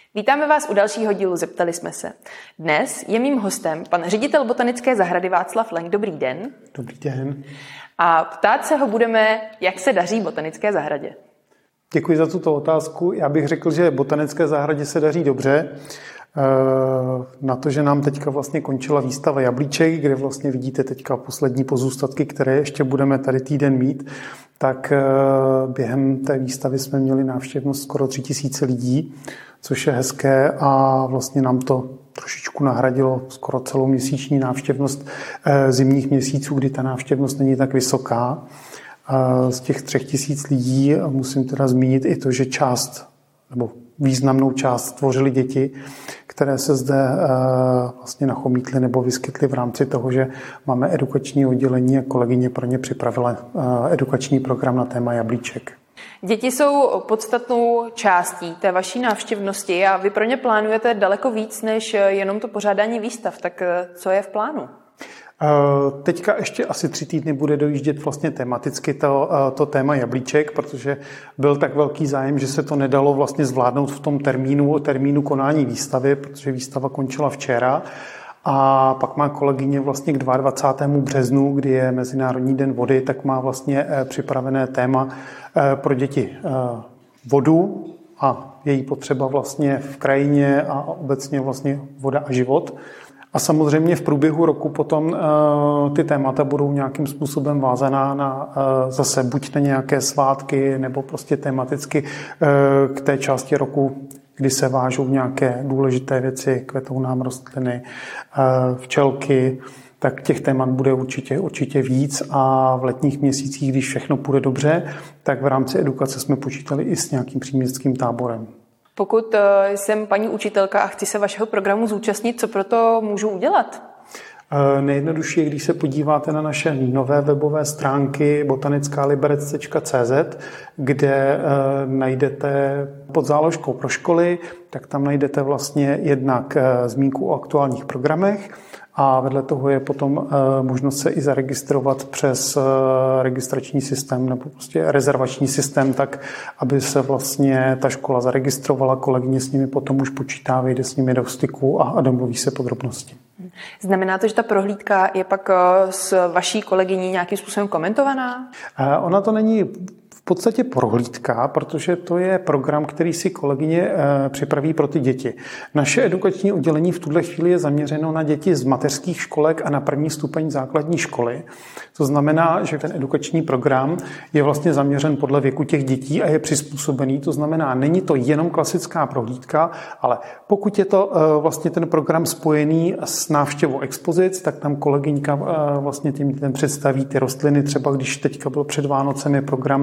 Vítáme vás u dalšího dílu Zeptali jsme se. Dnes je mým hostem pan ředitel botanické zahrady Václav Lenk. Dobrý den. Dobrý den. A ptát se ho budeme, jak se daří botanické zahradě. Děkuji za tuto otázku. Já bych řekl, že botanické zahradě se daří dobře. Na to, že nám teďka vlastně končila výstava jablíček, kde vlastně vidíte teďka poslední pozůstatky, které ještě budeme tady týden mít, tak během té výstavy jsme měli návštěvnost skoro 3000 lidí, což je hezké a vlastně nám to trošičku nahradilo skoro celou měsíční návštěvnost zimních měsíců, kdy ta návštěvnost není tak vysoká. Z těch 3000 lidí musím teda zmínit i to, že významnou část tvořily děti, které se zde vlastně nachomítly nebo vyskytly v rámci toho, že máme edukační oddělení a kolegyně pro ně připravila edukační program na téma jablíček. Děti jsou podstatnou částí té vaší návštěvnosti a vy pro ně plánujete daleko víc než jenom to pořádání výstav. Tak co je v plánu? Teďka ještě asi 3 týdny bude dojíždět vlastně tematicky to téma jablíček, protože byl tak velký zájem, že se to nedalo vlastně zvládnout v tom termínu konání výstavy, protože výstava končila včera. A pak má kolegyně vlastně k 22. březnu, kdy je Mezinárodní den vody, tak má vlastně připravené téma pro děti vodu a její potřeba vlastně v krajině a obecně vlastně voda a život. A samozřejmě v průběhu roku potom ty témata budou nějakým způsobem vázaná na zase buď na nějaké svátky nebo prostě tematicky k té části roku, kdy se vážou nějaké důležité věci, kvetou nám rostliny, včelky, tak těch témat bude určitě víc a v letních měsících, když všechno půjde dobře, tak v rámci edukace jsme počítali i s nějakým příměstským táborem. Pokud jsem paní učitelka a chci se vašeho programu zúčastnit, co pro to můžu udělat? Nejjednodušší je, když se podíváte na naše nové webové stránky botanickáliberec.cz, kde najdete pod záložkou pro školy, tak tam najdete vlastně jednak zmínku o aktuálních programech a vedle toho je potom možnost se i zaregistrovat přes registrační systém nebo prostě rezervační systém, tak aby se vlastně ta škola zaregistrovala, kolegyně s nimi potom už počítá, vyjde s nimi do styku a domluví se podrobnosti. Znamená to, že ta prohlídka je pak s vaší kolegyní nějakým způsobem komentovaná? Ona to není v podstatě prohlídka, protože to je program, který si kolegyně připraví pro ty děti. Naše edukační oddělení v tuhle chvíli je zaměřeno na děti z mateřských školek a na 1. stupeň základní školy. To znamená, že ten edukační program je vlastně zaměřen podle věku těch dětí a je přizpůsobený. To znamená, není to jenom klasická prohlídka, ale pokud je to vlastně ten program spojený s návštěvou expozic, tak tam kolegyňka vlastně těm dětem představí ty rostliny. Třeba když teďka byl před Vánocemi program,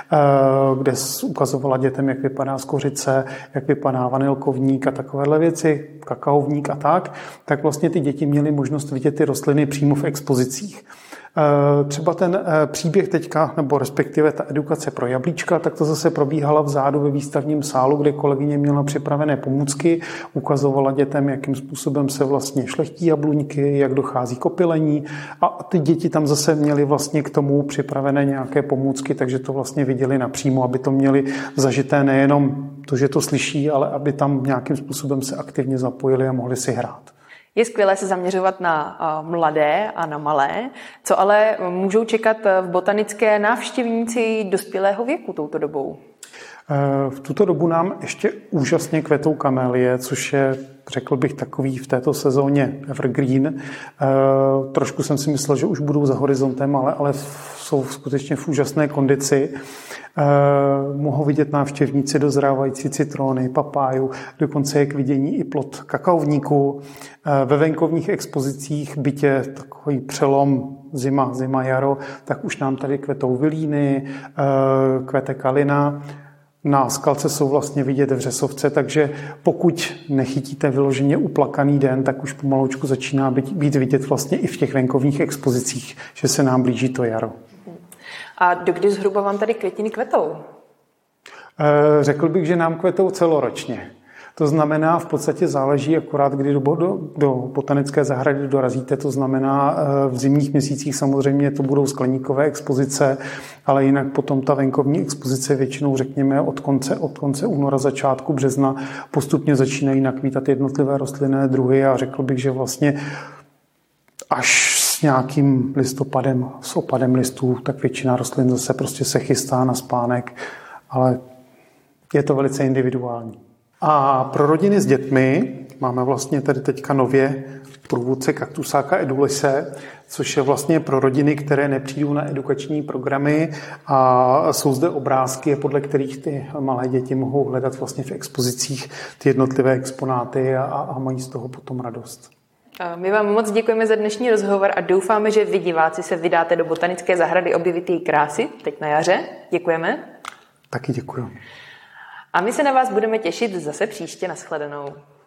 kde ukazovala dětem, jak vypadá skořice, jak vypadá vanilkovník a takovéhle věci, kakaovník a tak vlastně ty děti měly možnost vidět ty rostliny přímo v expozicích. Třeba ten příběh teďka, nebo respektive ta edukace pro jablíčka, tak to zase probíhala vzadu ve výstavním sálu, kde kolegyně měla připravené pomůcky, ukazovala dětem, jakým způsobem se vlastně šlechtí jabluňky, jak dochází k opylení a ty děti tam zase měly vlastně k tomu připravené nějaké pomůcky, takže to vlastně viděli napřímo, aby to měli zažité nejenom to, že to slyší, ale aby tam nějakým způsobem se aktivně zapojili a mohli si hrát. Je skvělé se zaměřovat na mladé a na malé, co ale můžou čekat v botanické návštěvníci dospělého věku touto dobou? V tuto dobu nám ještě úžasně kvetou kamelie, což je, řekl bych, takový v této sezóně evergreen. Trošku jsem si myslel, že už budou za horizontem, ale jsou skutečně v úžasné kondici. Mohou vidět návštěvníci dozrávající citrony, papáju, dokonce je k vidění i plod kakaovníku. Ve venkovních expozicích, byť je takový přelom zima, jaro, tak už nám tady kvetou vilíny, kvete kalina. Na skalce jsou vlastně vidět vřesovce, takže pokud nechytíte vyloženě uplakaný den, tak už pomaloučku začíná být vidět vlastně i v těch venkovních expozicích, že se nám blíží to jaro. A dokdy zhruba vám tady květiny kvetou? Řekl bych, že nám kvetou celoročně. To znamená, v podstatě záleží akorát, kdy do botanické zahrady dorazíte, to znamená v zimních měsících samozřejmě to budou skleníkové expozice, ale jinak potom ta venkovní expozice většinou řekněme od konce února, začátku března postupně začínají nakvítat jednotlivé rostlinné druhy a řekl bych, že vlastně až s nějakým listopadem, s opadem listů, tak většina rostlin zase prostě se chystá na spánek, ale je to velice individuální. A pro rodiny s dětmi máme vlastně tady teďka nově průvodce kaktusáka Edulise, což je vlastně pro rodiny, které nepřijdou na edukační programy a jsou zde obrázky, podle kterých ty malé děti mohou hledat vlastně v expozicích ty jednotlivé exponáty a mají z toho potom radost. My vám moc děkujeme za dnešní rozhovor a doufáme, že vy diváci se vydáte do botanické zahrady objevit její krásy teď na jaře. Děkujeme. Taky děkuji. A my se na vás budeme těšit zase příště. Nashledanou.